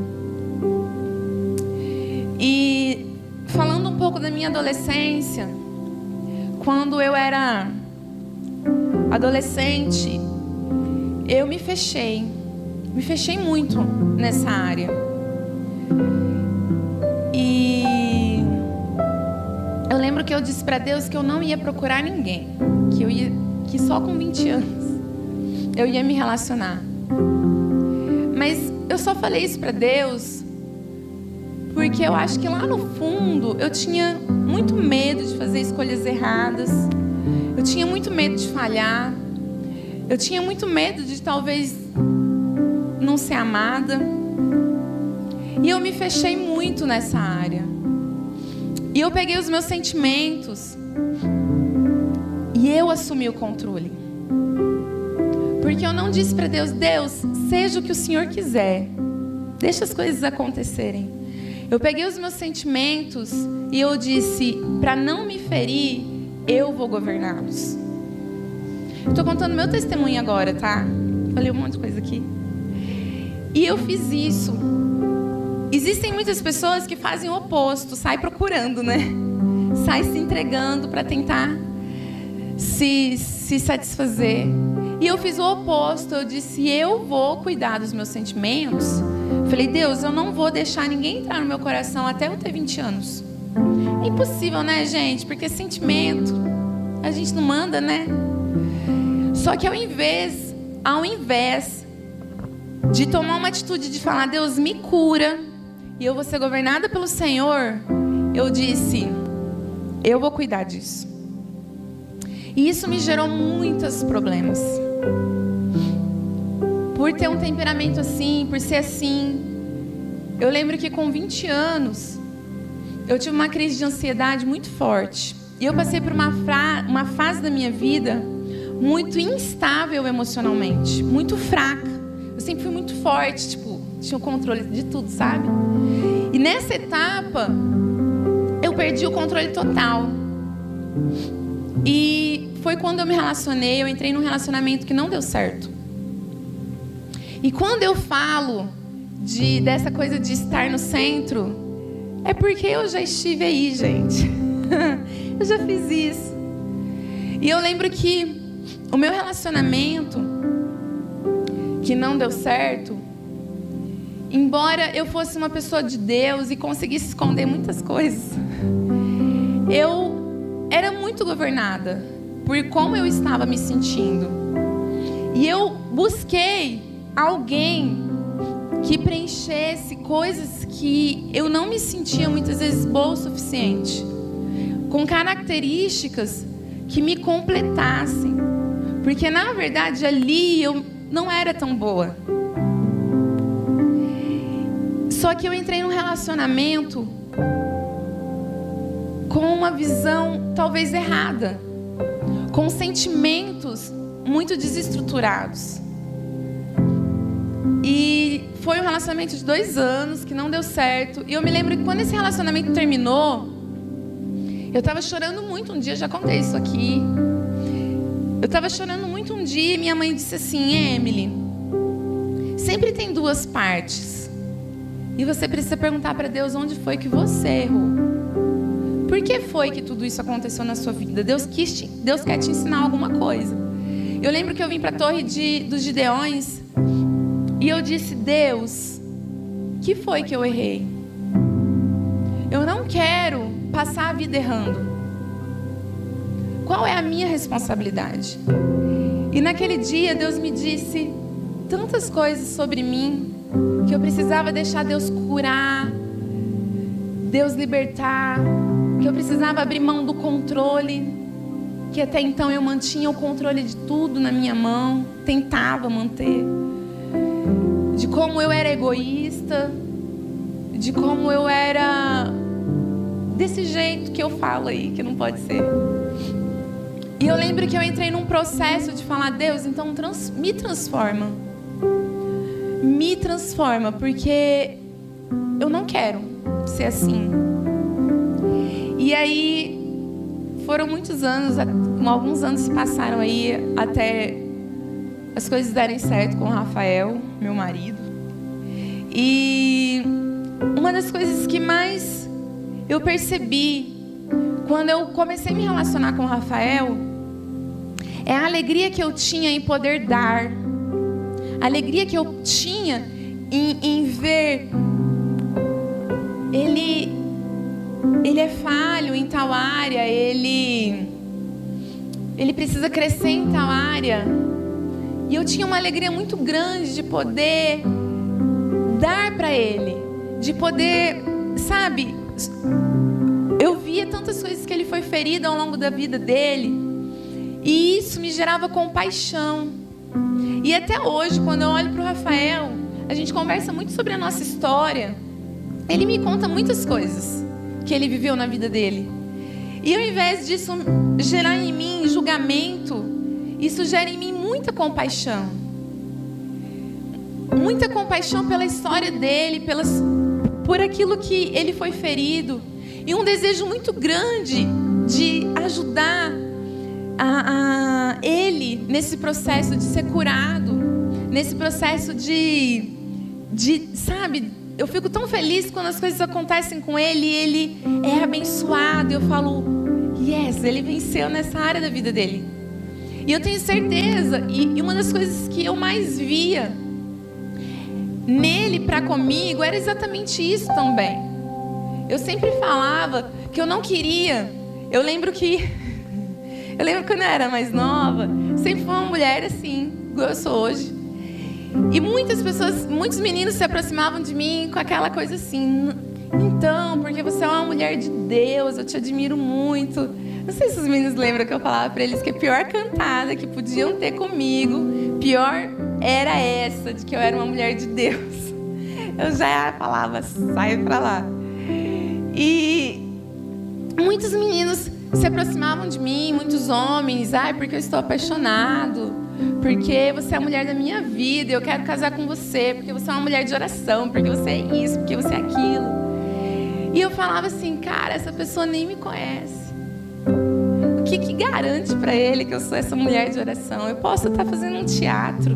E falando um pouco da minha adolescência, quando eu era adolescente, eu me fechei, me fechei muito nessa área. E eu lembro que eu disse para Deus que eu não ia procurar ninguém, que eu ia, que só com vinte anos eu ia me relacionar. Mas eu só falei isso para Deus porque eu acho que lá no fundo eu tinha muito medo de fazer escolhas erradas. Eu tinha muito medo de falhar. Eu tinha muito medo de talvez não ser amada. E eu me fechei muito nessa área. E eu peguei os meus sentimentos e eu assumi o controle. Porque eu não disse para Deus: Deus, seja o que o Senhor quiser, deixa as coisas acontecerem. Eu peguei os meus sentimentos e eu disse: para não me ferir, eu vou governá-los. Estou contando meu testemunho agora, tá? Falei um monte de coisa aqui. E eu fiz isso. Existem muitas pessoas que fazem o oposto, sai procurando, né? Sai se entregando para tentar se, se satisfazer. E eu fiz o oposto. Eu disse, eu vou cuidar dos meus sentimentos. Falei, Deus, eu não vou deixar ninguém entrar no meu coração até eu ter vinte anos. É impossível, né, gente? Porque sentimento, a gente não manda, né? Só que ao invés, ao invés de tomar uma atitude de falar, Deus, me cura, e eu vou ser governada pelo Senhor, eu disse, eu vou cuidar disso. E isso me gerou muitos problemas. Por ter um temperamento assim, por ser assim. Eu lembro que com vinte anos, eu tive uma crise de ansiedade muito forte. E eu passei por uma, fra... uma fase da minha vida muito instável emocionalmente, muito fraca. Eu sempre fui muito forte, tipo, tinha o controle de tudo, sabe? E nessa etapa, eu perdi o controle total. E foi quando eu me relacionei, eu entrei num relacionamento que não deu certo. E quando eu falo de, dessa coisa de estar no centro, é porque eu já estive aí, gente. Eu já fiz isso. E eu lembro que o meu relacionamento, que não deu certo, embora eu fosse uma pessoa de Deus e conseguisse esconder muitas coisas, eu era muito governada por como eu estava me sentindo. E eu busquei alguém que preenchesse coisas que eu não me sentia muitas vezes boa o suficiente, com características que me completassem, porque na verdade ali eu não era tão boa. Só que eu entrei num relacionamento com uma visão talvez errada, com sentimentos muito desestruturados. E foi um relacionamento de dois anos que não deu certo. E eu me lembro que quando esse relacionamento terminou, eu estava chorando muito um dia, já contei isso aqui. Eu estava chorando muito um dia e minha mãe disse assim, Emily, sempre tem duas partes. E você precisa perguntar para Deus onde foi que você errou. Por que foi que tudo isso aconteceu na sua vida? Deus, quis te, Deus quer te ensinar alguma coisa. Eu lembro que eu vim para a torre de, dos Gideões e eu disse, Deus, que foi que eu errei? Eu não quero passar a vida errando. Qual é a minha responsabilidade? E naquele dia Deus me disse tantas coisas sobre mim, que eu precisava deixar Deus curar, Deus libertar, que eu precisava abrir mão do controle, que até então eu mantinha o controle de tudo na minha mão, tentava manter, de como eu era egoísta, de como eu era desse jeito que eu falo aí, que não pode ser. E eu lembro que eu entrei num processo de falar, Deus, então trans, me transforma. Me transforma, porque eu não quero ser assim. E aí, foram muitos anos, alguns anos se passaram aí, até as coisas darem certo com o Rafael, meu marido. E uma das coisas que mais eu percebi, quando eu comecei a me relacionar com o Rafael, é a alegria que eu tinha em poder dar. A alegria que eu tinha em, em ver ele, ele é falho em tal área, ele, ele precisa crescer em tal área. E eu tinha uma alegria muito grande de poder dar para ele, de poder, sabe, eu via tantas coisas que ele foi ferido ao longo da vida dele, e isso me gerava compaixão. E até hoje, quando eu olho para o Rafael, a gente conversa muito sobre a nossa história. Ele me conta muitas coisas que ele viveu na vida dele. E ao invés disso gerar em mim julgamento, isso gera em mim muita compaixão. Muita compaixão pela história dele, pelas, por aquilo que ele foi ferido. E um desejo muito grande de ajudar, a, a, ele, nesse processo de ser curado, nesse processo de, de, sabe, eu fico tão feliz quando as coisas acontecem com ele e ele é abençoado. Eu falo, yes, ele venceu nessa área da vida dele. E eu tenho certeza, e, e uma das coisas que eu mais via nele para comigo era exatamente isso também. Eu sempre falava que eu não queria. Eu lembro que eu lembro quando eu era mais nova, sempre fui uma mulher assim, igual eu sou hoje. E muitas pessoas, muitos meninos se aproximavam de mim com aquela coisa assim: então, porque você é uma mulher de Deus, eu te admiro muito. Não sei se os meninos lembram que eu falava para eles que a pior cantada que podiam ter comigo, pior era essa, de que eu era uma mulher de Deus. Eu já falava, sai pra lá. E muitos meninos se aproximavam de mim, muitos homens, ai, porque eu estou apaixonado, porque você é a mulher da minha vida, eu quero casar com você, porque você é uma mulher de oração, porque você é isso, porque você é aquilo. E eu falava assim, cara, essa pessoa nem me conhece. O que que garante para ele que eu sou essa mulher de oração? Eu posso estar fazendo um teatro,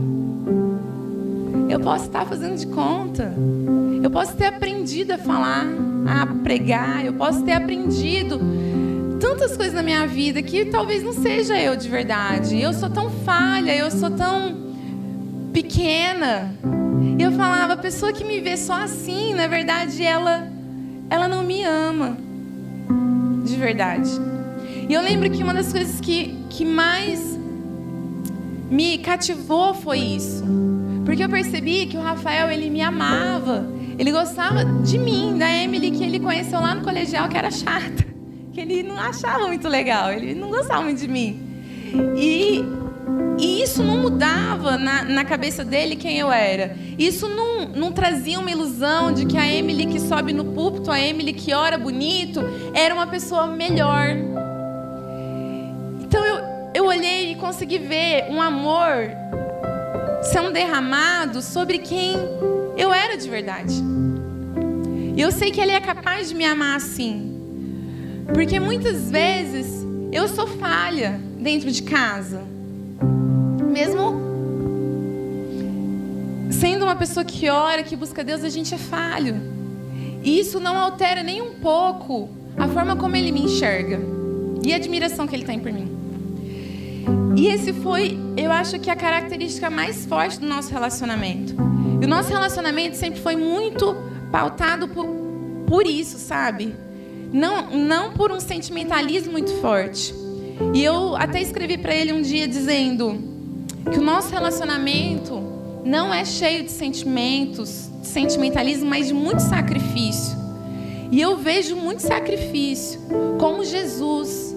eu posso estar fazendo de conta, eu posso ter aprendido a falar, a pregar, eu posso ter aprendido tantas coisas na minha vida que talvez não seja eu de verdade. Eu sou tão falha, eu sou tão pequena. E eu falava, a pessoa que me vê só assim, na verdade, ela, ela não me ama de verdade. E eu lembro que uma das coisas que, que mais me cativou foi isso. Porque eu percebi que o Rafael, ele me amava. Ele gostava de mim, da Emily, que ele conheceu lá no colegial, que era chata. Que ele não achava muito legal, ele não gostava muito de mim. E, e isso não mudava na, na cabeça dele quem eu era. Isso não, não trazia uma ilusão de que a Emily que sobe no púlpito, a Emily que ora bonito, era uma pessoa melhor. Então eu, eu olhei e consegui ver um amor sendo derramado sobre quem eu era de verdade. E eu sei que ele é capaz de me amar assim. Porque muitas vezes eu sou falha dentro de casa. Mesmo sendo uma pessoa que ora, que busca Deus, a gente é falho. E isso não altera nem um pouco a forma como ele me enxerga e a admiração que ele tem por mim. E esse foi, eu acho que a característica mais forte do nosso relacionamento. E o nosso relacionamento sempre foi muito pautado por, por isso, sabe? Não, não por um sentimentalismo muito forte. E eu até escrevi para ele um dia dizendo que o nosso relacionamento não é cheio de sentimentos, de sentimentalismo, mas de muito sacrifício. E eu vejo muito sacrifício, como Jesus.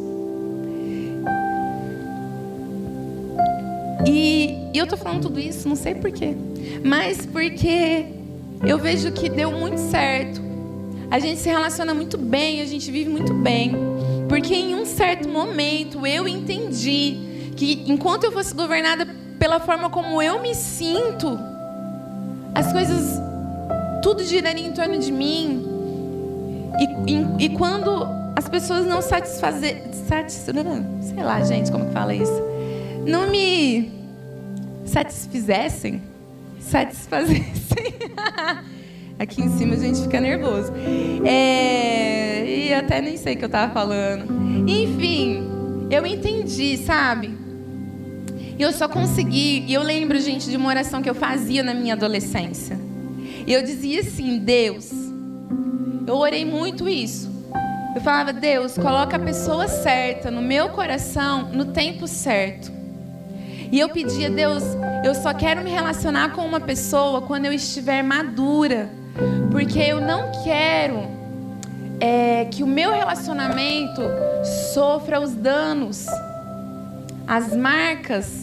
E eu tô falando tudo isso, não sei porquê, mas porque eu vejo que deu muito certo. A gente se relaciona muito bem, a gente vive muito bem. Porque em um certo momento eu entendi que enquanto eu fosse governada pela forma como eu me sinto, as coisas, tudo giraria em torno de mim. E, e, e quando as pessoas não satisfazer, satis, sei lá, gente, como que fala isso? Não me satisfizessem, satisfazessem. Aqui em cima a gente fica nervoso. É, e até nem sei o que eu tava falando. Enfim, eu entendi, sabe? E eu só consegui. E eu lembro, gente, de uma oração que eu fazia na minha adolescência. E eu dizia assim, Deus, eu orei muito isso. Eu falava, Deus, coloca a pessoa certa no meu coração no tempo certo. E eu pedia, Deus, eu só quero me relacionar com uma pessoa quando eu estiver madura. Porque eu não quero é, que o meu relacionamento sofra os danos, as marcas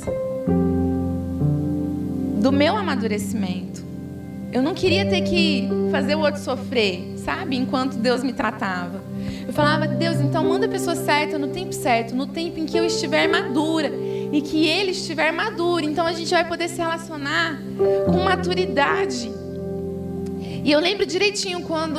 do meu amadurecimento. Eu não queria ter que fazer o outro sofrer, sabe? Enquanto Deus me tratava. Eu falava, Deus, então manda a pessoa certa no tempo certo, no tempo em que eu estiver madura e que ele estiver maduro. Então a gente vai poder se relacionar com maturidade. E eu lembro direitinho quando,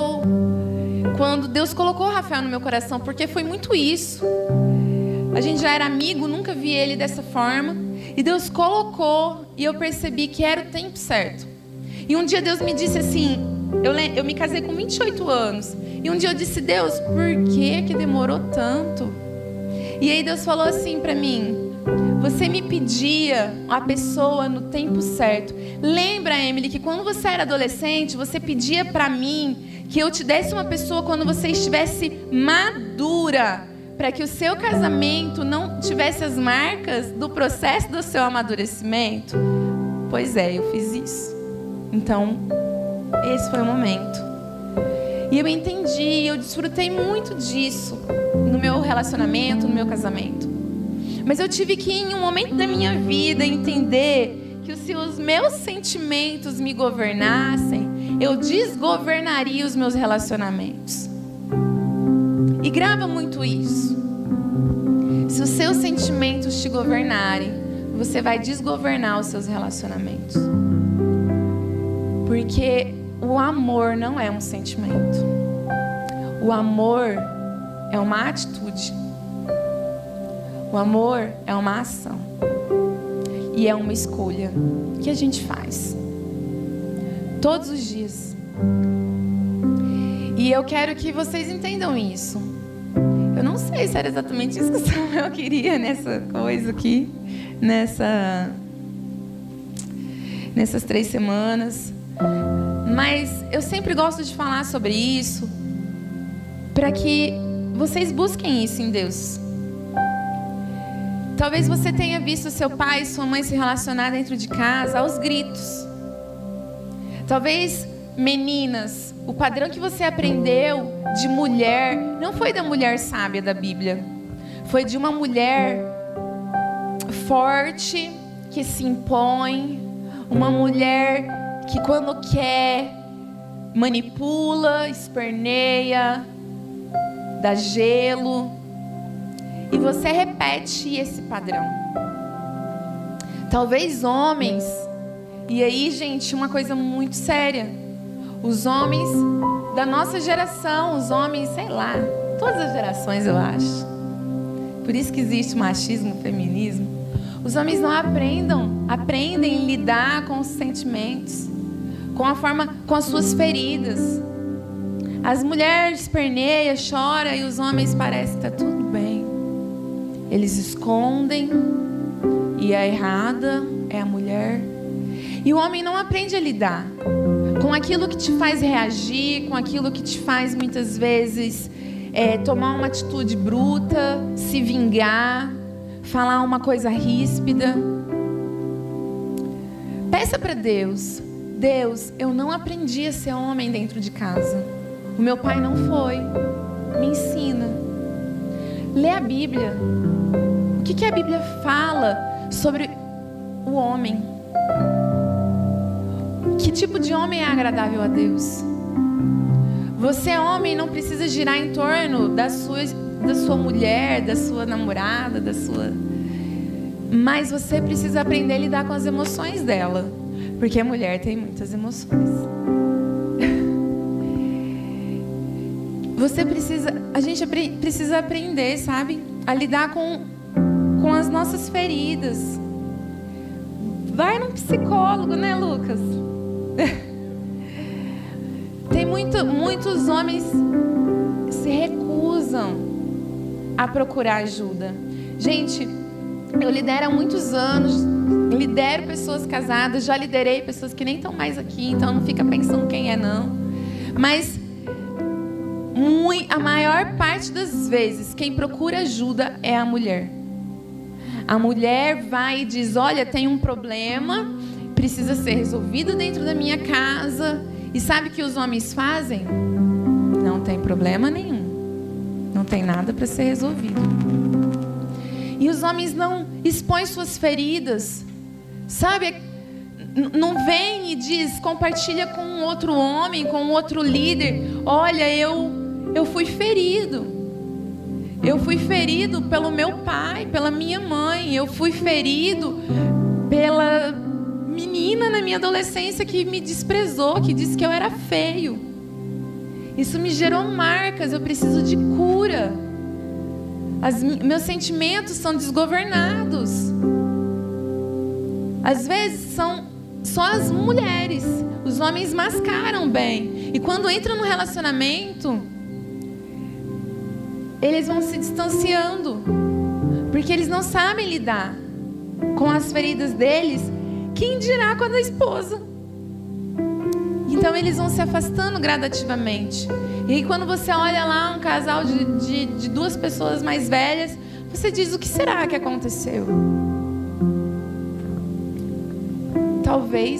quando Deus colocou o Rafael no meu coração, porque foi muito isso. A gente já era amigo, nunca vi ele dessa forma. E Deus colocou e eu percebi que era o tempo certo. E um dia Deus me disse assim, eu, eu me casei com vinte e oito anos. E um dia eu disse, Deus, por que que demorou tanto? E aí Deus falou assim pra mim, você me pedia a pessoa no tempo certo. Lembra, Emily, que quando você era adolescente, você pedia pra mim que eu te desse uma pessoa quando você estivesse madura, para que o seu casamento não tivesse as marcas do processo do seu amadurecimento? Pois é, eu fiz isso. Então, esse foi o momento. E eu entendi, eu desfrutei muito disso no meu relacionamento, no meu casamento. Mas eu tive que, em um momento da minha vida, entender que se os meus sentimentos me governassem, eu desgovernaria os meus relacionamentos. E grava muito isso. Se os seus sentimentos te governarem, você vai desgovernar os seus relacionamentos. Porque o amor não é um sentimento. O amor é uma atitude. O amor é uma ação. E é uma escolha que a gente faz todos os dias. E eu quero que vocês entendam isso. Eu não sei se era exatamente isso que o Samuel queria nessa coisa aqui, nessa, nessas três semanas. Mas eu sempre gosto de falar sobre isso, para que vocês busquem isso em Deus. Talvez você tenha visto seu pai e sua mãe se relacionar dentro de casa aos gritos. Talvez, meninas, o padrão que você aprendeu de mulher não foi da mulher sábia da Bíblia. Foi de uma mulher forte, que se impõe, uma mulher que quando quer manipula, esperneia, dá gelo. E você repete esse padrão. Talvez homens, e aí, gente, uma coisa muito séria. Os homens da nossa geração, os homens, sei lá, todas as gerações eu acho. Por isso que existe machismo, feminismo. Os homens não aprendam, aprendem a lidar com os sentimentos, com a forma, com as suas feridas. As mulheres esperneiam, choram e os homens parecem que está tudo bem. Eles escondem e a errada é a mulher. E o homem não aprende a lidar com aquilo que te faz reagir, com aquilo que te faz muitas vezes é, tomar uma atitude bruta, se vingar, falar uma coisa ríspida. Peça para Deus, Deus, eu não aprendi a ser homem dentro de casa. O meu pai não foi. Me ensina. Lê a Bíblia. O que, que a Bíblia fala sobre o homem? Que tipo de homem é agradável a Deus? Você, homem, não precisa girar em torno da sua, da sua mulher, da sua namorada, da sua... Mas você precisa aprender a lidar com as emoções dela. Porque a mulher tem muitas emoções. Você precisa... A gente precisa aprender, sabe? A lidar com, com as nossas feridas. Vai num psicólogo, né, Lucas? Tem muito, muitos homens se recusam a procurar ajuda. Gente, eu lidero há muitos anos, lidero pessoas casadas, já liderei pessoas que nem estão mais aqui, então não fica pensando quem é não. Mas muito, a maior parte das vezes quem procura ajuda é a mulher. A mulher vai e diz, olha, tem um problema, precisa ser resolvido dentro da minha casa. E sabe o que os homens fazem? Não tem problema nenhum. Não tem nada para ser resolvido. E os homens não expõem suas feridas. Sabe? Não vem e diz, compartilha com um outro homem, com um outro líder. Olha, eu, eu fui ferido. Eu fui ferido pelo meu pai, pela minha mãe. Eu fui ferido pela menina na minha adolescência que me desprezou, que disse que eu era feio. Isso me gerou marcas, eu preciso de cura. As, meus sentimentos são desgovernados. Às vezes são só as mulheres. Os homens mascaram bem. E quando entram no relacionamento, eles vão se distanciando. Porque eles não sabem lidar com as feridas deles. Quem dirá com a da esposa? Então eles vão se afastando gradativamente. E aí quando você olha lá um casal de, de, de duas pessoas mais velhas, você diz: o que será que aconteceu? Talvez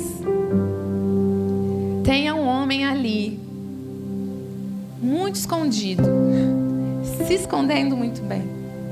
tenha um homem ali, muito escondido, se escondendo muito bem.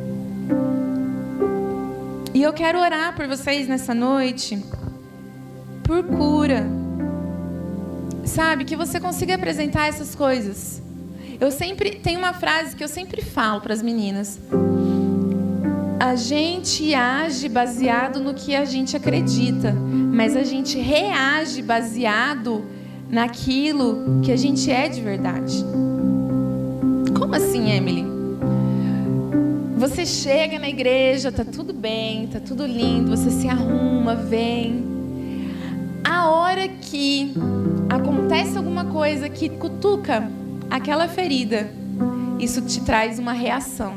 E eu quero orar por vocês nessa noite, por cura. Sabe, que você consiga apresentar essas coisas. Eu sempre tenho uma frase que eu sempre falo para as meninas: a gente age baseado no que a gente acredita, mas a gente reage baseado naquilo que a gente é de verdade. Como assim, Emily? Você chega na igreja, tá tudo bem, tá tudo lindo, você se arruma, vem. A hora que acontece alguma coisa que cutuca aquela ferida, isso te traz uma reação.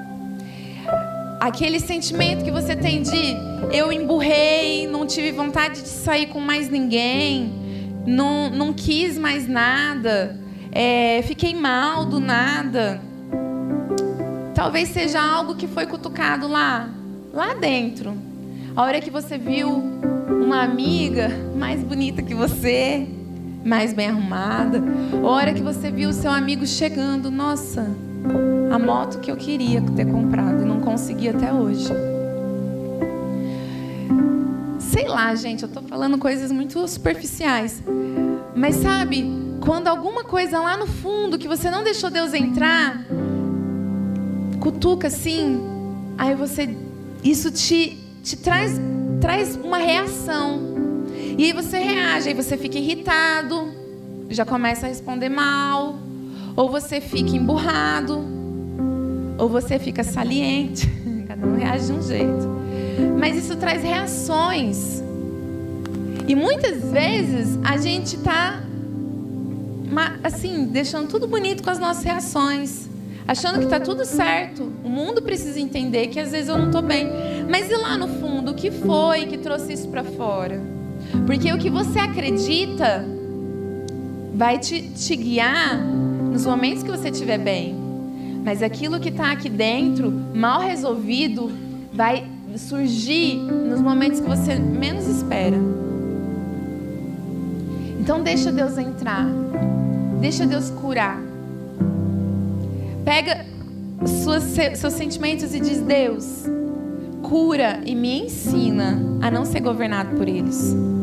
Aquele sentimento que você tem de: eu emburrei, não tive vontade de sair com mais ninguém, não, não quis mais nada, é, fiquei mal do nada. Talvez seja algo que foi cutucado lá, lá dentro. A hora que você viu uma amiga mais bonita que você, mais bem arrumada. A hora que você viu o seu amigo chegando: nossa, a moto que eu queria ter comprado e não consegui até hoje. Sei lá, gente, eu tô falando coisas muito superficiais. Mas sabe, quando alguma coisa lá no fundo que você não deixou Deus entrar, cutuca assim, aí você, isso te, te traz, traz uma reação. E aí você reage, aí você fica irritado, já começa a responder mal, ou você fica emburrado, ou você fica saliente. Cada um reage de um jeito. Mas isso traz reações. E muitas vezes a gente está assim, deixando tudo bonito com as nossas reações, achando que está tudo certo. O mundo precisa entender que às vezes eu não estou bem. Mas e lá no fundo, o que foi que trouxe isso para fora? Porque o que você acredita vai te, te guiar nos momentos que você estiver bem. Mas aquilo que está aqui dentro, mal resolvido, vai surgir nos momentos que você menos espera. Então deixa Deus entrar. Deixa Deus curar. Pega suas, seus sentimentos e diz: Deus, cura e me ensina a não ser governado por eles.